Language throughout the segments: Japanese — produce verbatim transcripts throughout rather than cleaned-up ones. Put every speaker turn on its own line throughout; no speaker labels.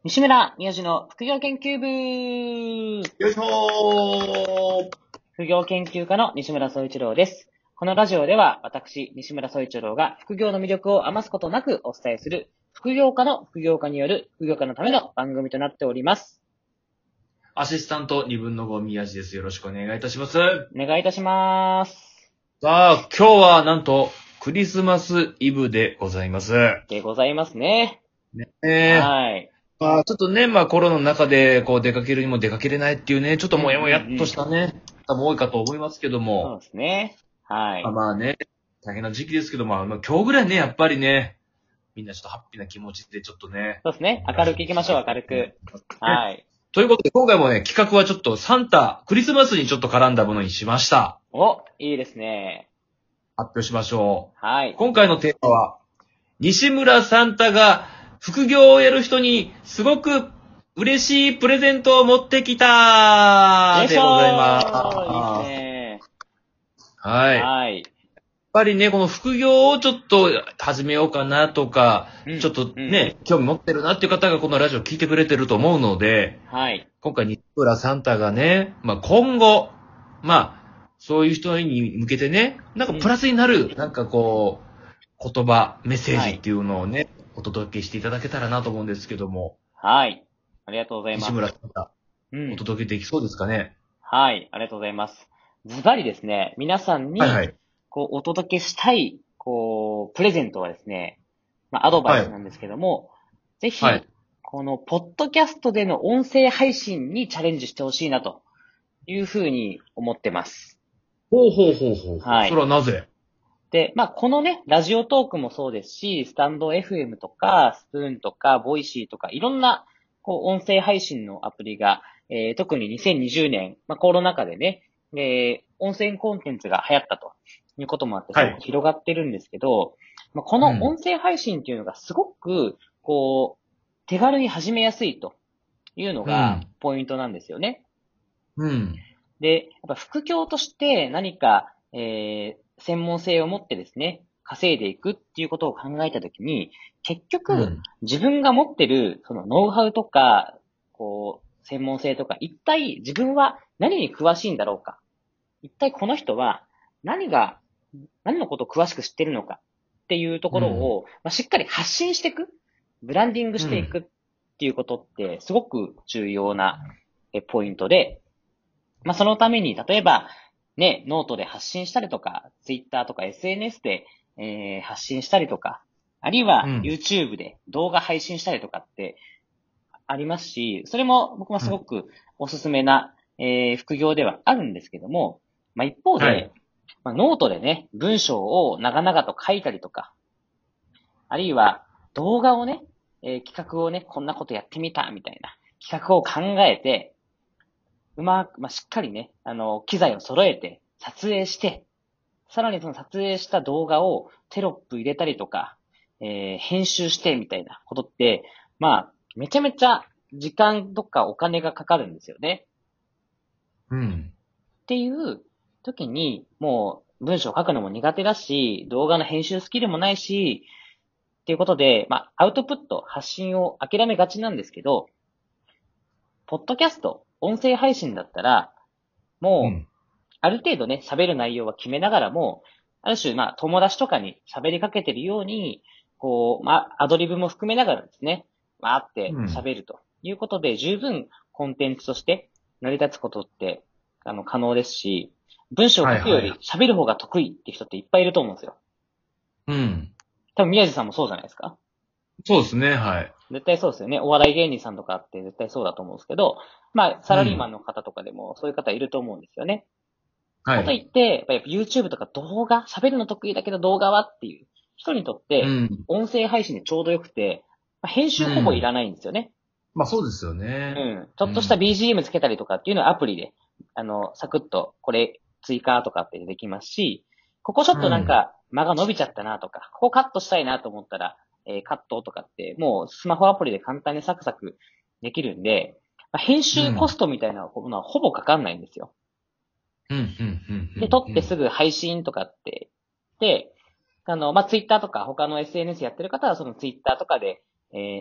西村宮治の副業研究部。
よいしょー。
副業研究家の西村総一郎です。このラジオでは私、西村総一郎が副業の魅力を余すことなくお伝えする副業家の副業家による副業家のための番組となっております。
アシスタントにぶんのご宮治です。よろしくお願いいたします。
お願いいたします。
さあ、今日はなんとクリスマスイブでございます。
でございますね。
ねえ。
はい。
まあ、ちょっとね、まあコロナの中でこう出かけるにも出かけれないっていうね、ちょっともやもやっとしたね、方も多いかと思いますけど
そう
も。
ですね。はい。
まあまあね、大変な時期ですけども、まあ今日ぐらいね、やっぱりね、みんなちょっとハッピーな気持ちでちょっとね。
そうですね。明るくいきましょう、明るく。はい。
ということで、今回もね、企画はちょっとサンタ、クリスマスにちょっと絡んだものにしました。
お、いいですね。
発表しましょう。
はい。
今回のテーマは、西村サンタが副業をやる人にすごく嬉しいプレゼントを持ってきた
よいしょー。
でござい
いい
ます。
ですね。
はい。やっ
はい。
ぱりね、この副業をちょっと始めようかなとか、
うん
ちょっと
うん。
ね、興味持ってるなっていう方がこのラジオ聞いてくれてると思うので、
はい。
今回西村サンタがね、まあ今後、まあ、そういう人に向けてね、なんかプラスになる、なんかこう、言葉、メッセージっていうのをね、お届けしていただけたらなと思うんですけども、
はい。ありがとうございます。
西村さんが
うん。
お届けできそうですかね。
はい。ありがとうございます。ズバリですね、皆さんに、
はいはい。
こう、お届けしたい、こう、プレゼントはですね、まあ、アドバイスなんですけども、ぜひ、
はい。
この、ポッドキャストでの音声配信にチャレンジしてほしいな、というふうに思ってます。
ほうほうほうほうほう。
はい。
それはなぜ？
で、まあ、このね、ラジオトークもそうですし、スタンド エフエム とか、スプーンとか、ボイシーとか、いろんな、こう、音声配信のアプリが、えー、特ににせんにじゅうねん、まあ、コロナ禍でね、えー、音声コンテンツが流行ったということもあって、す
はい
ごく広がってるんですけど、まあ、この
うん。
音声配信っていうのがすごく、こう、手軽に始めやすいというのが
うん。
ポイントなんですよね。
うん。
で、やっぱ副業として何か、えー、専門性を持ってですね、稼いでいくっていうことを考えたときに、結局、
うん。
自分が持ってる、そのノウハウとか、こう、専門性とか、一体自分は何に詳しいんだろうか。一体この人は何が、何のことを詳しく知ってるのかっていうところを、まあ、しっかり発信していく、ブランディングしていくっていうことってすごく重要なえポイントで、まあ、そのために、例えば、ね、ノートで発信したりとか、ツイッターとか エスエヌエス で、えー発信したりとか、あるいは
うん。
YouTube で動画配信したりとかってありますし、それも僕も
うん。
すごくおすすめな、えー副業ではあるんですけども、まあ、一方
はい。
で、まあ、ノートでね、文章を長々と書いたりとか、あるいは動画をね、えー企画をね、こんなことやってみた、みたいな企画を考えて、うまく、まあ、しっかりね、あの、機材を揃えて、撮影して、さらにその撮影した動画をテロップ入れたりとか、えー編集してみたいなことって、まあ、めちゃめちゃ時間とかお金がかかるんですよね。
うん。
っていう時に、もう文章を書くのも苦手だし、動画の編集スキルもないし、っていうことで、まあ、アウトプット、発信を諦めがちなんですけど、ポッドキャスト、音声配信だったら、もう、
うん。
ある程度ね、喋る内容は決めながらも、ある種、まあ、友達とかに喋りかけてるように、こう、まあ、アドリブも含めながらですね、わーって
うん。
喋るということで、十分コンテンツとして成り立つことって、あの、可能ですし、文章を
はいはい。
書くより喋る方が得意って人っていっぱいいると思うんですよ。
うん。
多分、宮地さんもそうじゃないですか。
そうですね。はい。
絶対そうですよね。お笑い芸人さんとかって絶対そうだと思うんですけど、まあ、サラリーマ
うん。
ンの方とかでもそういう方いると思うんですよね。かと
はい。
いって、やっぱ YouTube とか動画、喋るの得意だけど動画はっていう人にとって、
うん。
音声配信でちょうどよくて、まあ編
う
集ほぼい
ん。
らないんですよね。
まあそうですよね。
うん。ちょっとした
うん。
ビージーエム つけたりとかっていうのはアプリで、あの、サクッとこれ追加とかってできますし、ここちょっとなん
うん。
か間が伸びちゃったなとか、ここカットしたいなと思ったら、えーカットとかってもうスマホアプリで簡単にサクサクできるんで、まあ、編集コ
うん。
ストみたいなものはほぼかかんないんですよ。
うん。うん。うん。
で、撮って
うん。
すぐ配信とかって、で、あの、まあ、ツイッターとか他の エスエヌエス やってる方はそのツイッターとかで、えー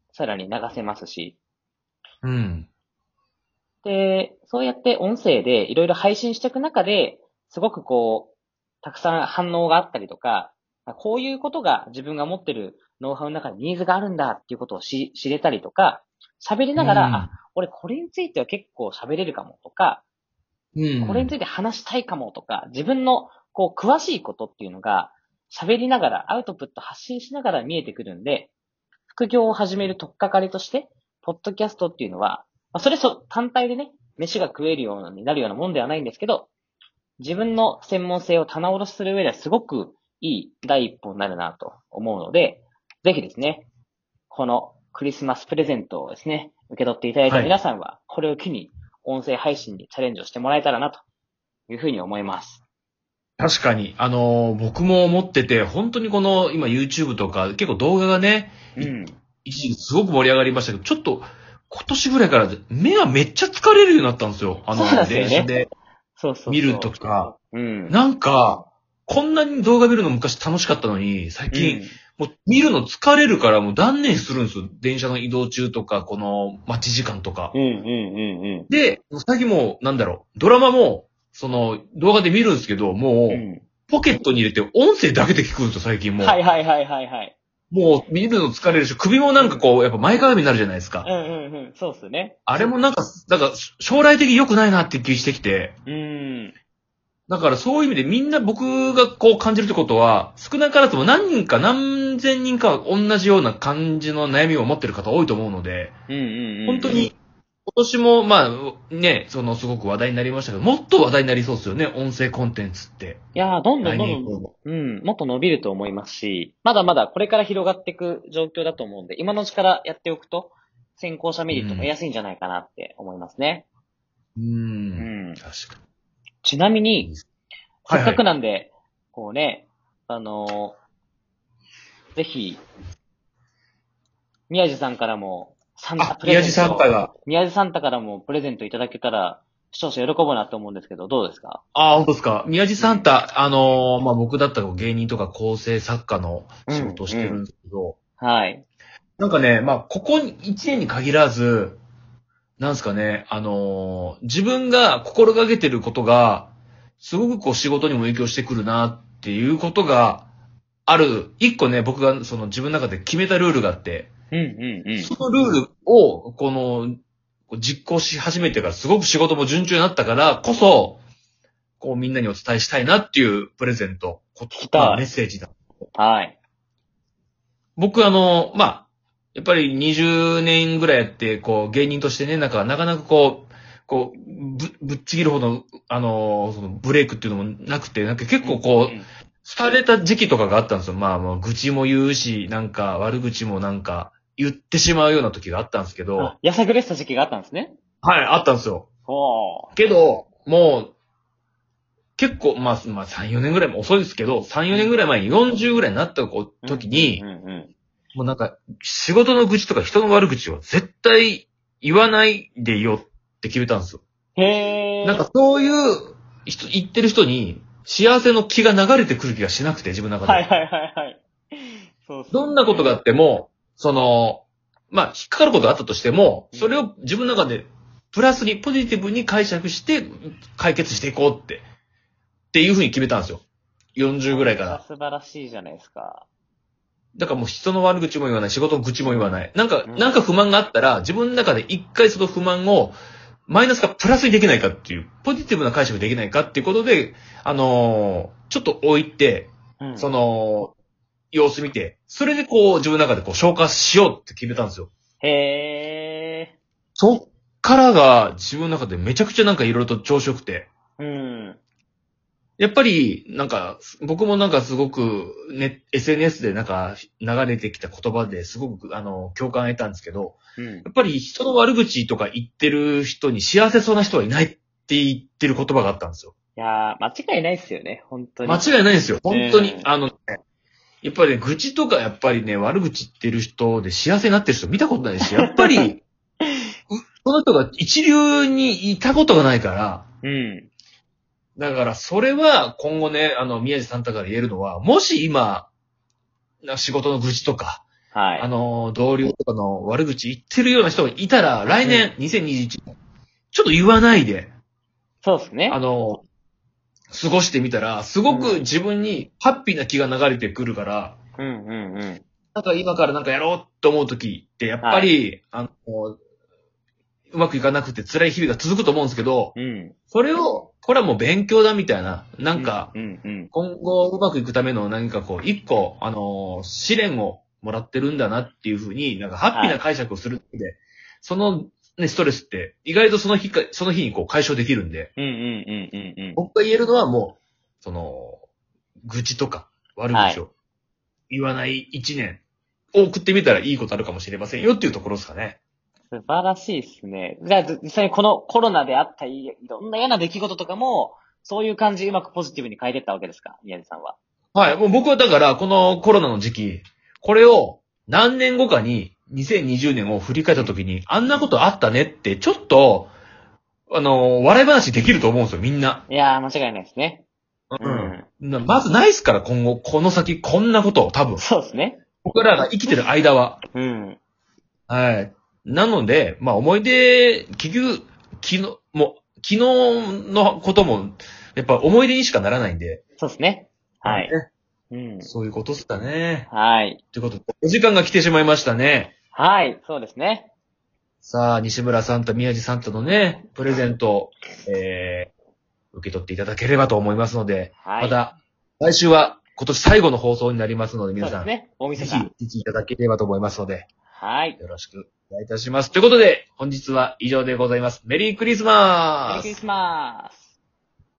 さらに流せますし。
うん。
で、そうやって音声でいろいろ配信していく中で、すごくこう、たくさん反応があったりとか、こういうことが自分が持ってるノウハウの中にニーズがあるんだっていうことをし知れたりとか、喋り
う
ながら、あ、
ん。
俺これについては結構喋れるかもとか、
うん。
これについて話したいかもとか、自分のこう詳しいことっていうのが、喋りながら、アウトプット発信しながら見えてくるんで、副業を始める取っかかりとして、ポッドキャストっていうのは、まあ、それそ、単体でね、飯が食えるようになるようなもんではないんですけど、自分の専門性を棚卸しする上ではすごくいい第一歩になるなと思うので、ぜひですね、このクリスマスプレゼントをですね、受け取っていただいた
はい。
皆さんは、これを機に音声配信にチャレンジをしてもらえたらなというふうに思います。
確かに、あのー僕も思ってて、本当にこの、今 YouTube とか、結構動画がね、い
うん。
一時期すごく盛り上がりましたけど、ちょっと、今年ぐらいから目がめっちゃ疲れるようになったんですよ。あ
そうなん
の、
ですよね。
電車で
そうそう
見ると
そ
か。
う。うん。
なんか、こんなに動画見るの昔楽しかったのに、最近、
うん。
もう見るの疲れるからもう断念するんですよ。電車の移動中とか、この待ち時間とか。
うんうんうん
で、最近もう、なんだろう、ドラマも、その、動画で見るんですけど、
うん。う
もう、
ん。
ポケットに入れて音声だけで聞くんですよ、最近も
はいはいはいはいはい。
う。もう、見るの疲れるし、首もなんかこう、やっぱ前かがみになるじゃないですか。
うんうんうん。そうっすね。
あれもなんか、なんか、将来的に良くないなって気してきて、
うん。
だからそういう意味でみんな僕がこう感じるってことは、少なからずも何人か何千人かは同じような感じの悩みを持ってる方多いと思うので、
うんうんうんうん。
本当に今年もまあね、そのすごく話題になりましたけど、もっと話題になりそうですよね、音声コンテンツって。
いやー、どんどん
来
どんどん、
年以降も。
うん、もっと伸びると思いますし、まだまだこれから広がっていく状況だと思うんで、今のうちからやっておくと、先行者メリットも
うん。
安いんじゃないかなって思いますね。
うん。
うん。
確か
ちなみに、
に。
せっかく
はいはい。
なんで、こうね、あのーぜひ、宮地さんからも、サンタ
あ、
プレ
宮地
ゼント、
サンタが。
宮地サンタからもプレゼントいただけたら、視聴者喜ぶなと思うんですけど、どうですか？
ああ、本当ですか。宮地
うん。
サンタ、あのーまあ、僕だったら芸人とか構成作家の仕
うん、うん。
事をしてるんですけど、
はい。
なんかね、まあ、ここいちねんに限らず、なんすかね、あのー自分が心がけてることが、すごくこう仕事にも影響してくるなっていうことがある。一個ね、僕がその自分の中で決めたルールがあって、
うん、うん、うん。
そのルールを、この、こう実行し始めてからすごく仕事も順調になったからこそ、こうみんなにお伝えしたいなっていうプレゼント、こまあメッ
聞きたい。
セージだ。
はい。
僕あの、まあ、やっぱりにじゅうねんぐらいやって、こう芸人としてね、なんかなかなかこう、こう、ぶ、ぶっちぎるほど、あの、そのブレイクっていうのもなくて、なんか結
うん、
構こう、
うん。
廃れた時期とかがあったんですよ。まあまあ、愚痴も言うし、なんか悪口もなんか言ってしまうような時があったんですけ
あ、
ど、
やさぐれした時期があったんですね。
はい、あったんですよ。
ほ
けど、もう、結構、まあ、まあ、さん、よねんぐらいも遅いですけど、さん、
う。う
よねんぐらい
ん。
前によんじゅうぐらいになったこ
うん、うん、
時に、
うん、う
もうなんか、仕事の愚痴とか人の悪口は絶対言わないでいいよって決めたんですよ。
ん。へ
なんか
ー。
そういう人、言ってる人に幸せの気が流れてくる気がしなくて、自分の中で。
はいはいはいはい。そうっす
ど
よね。
んなことがあっても、その、まあ、引っかかることがあったとしても、
うん。
それを自分の中でプラスにポジティブに解釈して解決していこうって、っていうふうに決めたんですよ。よんじゅうぐらいから。
それは素晴らしいじゃないですか。
だからもう人の悪口も言わない、仕事の愚痴も言わない。なんか、
うん。
なんか不満があったら、自分の中で一回その不満を、マイナスかプラスにできないかっていう、ポジティブな解釈できないかっていうことで、あのーちょっと置いて、
うん。
その、様子見て、それでこう自分の中でこう消化しようって決めたんですよ。
へ
そっからが自分の中でめちゃくちゃなんかいろいろと調子よくて、
ー。うん。
やっぱり、なんか、僕もなんかすごく、ね、エスエヌエス でなんか流れてきた言葉ですごく、あの、共感を得たんですけど、
うん。
やっぱり人の悪口とか言ってる人に幸せそうな人はいないって言ってる言葉があったんですよ。
いやー、間違いないっすよね。本当
間
に。
違いないんですよ。
う
本当に。
ん。
あのね、やっぱりね、愚痴とかやっぱりね、悪口言ってる人で幸せになってる人見たことないし、やっぱり、うその人が一流にいたことがないから、
うん。
だからそれは今後ね、あの、宮地さんとかから言えるのは、もし今、な仕事の愚痴とか、
はい。
あの、同僚とかの悪口言ってるような人がいたら、来年、にせんにじゅういちねん、ちょっと言わないで、
そうですね。
あの、過ごしてみたら、すごく自分にハッピーな気が流れてくるから、
うんうんうん。
なんか今からなんかやろうと思うときって、やっぱり、あの、うまくいかなくて辛い日々が続くと思うんですけど、
うん。
それを、これはもう勉強だみたいな、なんか、
うんうん
今後うまくいくための何かこう、一個、あのー試練をもらってるんだなっていうふうに、なんかハッピーな解釈をするってで、そのね、ストレスって意外とその日か、その日にこう解消できるんで、
うん。うんうんうんうんうん。
僕が言えるのはもう、その、愚痴とか悪口を言わない一年を送ってみたらいいことあるかもしれませんよっていうところですかね。
素晴らしいですね。じゃあ、実際にこのコロナであったいいろんな嫌な出来事とかも、そういう感じうまくポジティブに変えていったわけですか、宮地さんは。
はい。もう僕はだから、このコロナの時期、これを何年後かに、にせんにじゅうねんを振り返った時に、あんなことあったねって、ちょっと、あの、笑い話できると思うんですよ、みんな。
いやー、間違いないですね。
うん。なまずないっすから、今後、この先、こんなことを、多分。
そうですね。
僕らが生きてる間は。
うん。
はい。なので、まあ、思い出、結局、昨日、もう、昨日のことも、やっぱ思い出にしかならないんで。
そうですね。はい。
ね
うん。
そういうことっすかね。
はい。
ということで、お時間が来てしまいましたね。
はい。そうですね。
さあ、西村さんと宮地さんとのね、プレゼントを、えー、受け取っていただければと思いますので、
はい。
また、来週は今年最後の放送になりますので、皆さん、
そうですね。大
ぜ
晦日。
ひ聞いていただければと思いますので、
はい。
よろしくお願いいたします。ということで、本日は以上でございます。メリークリスマス
メリークリスマス。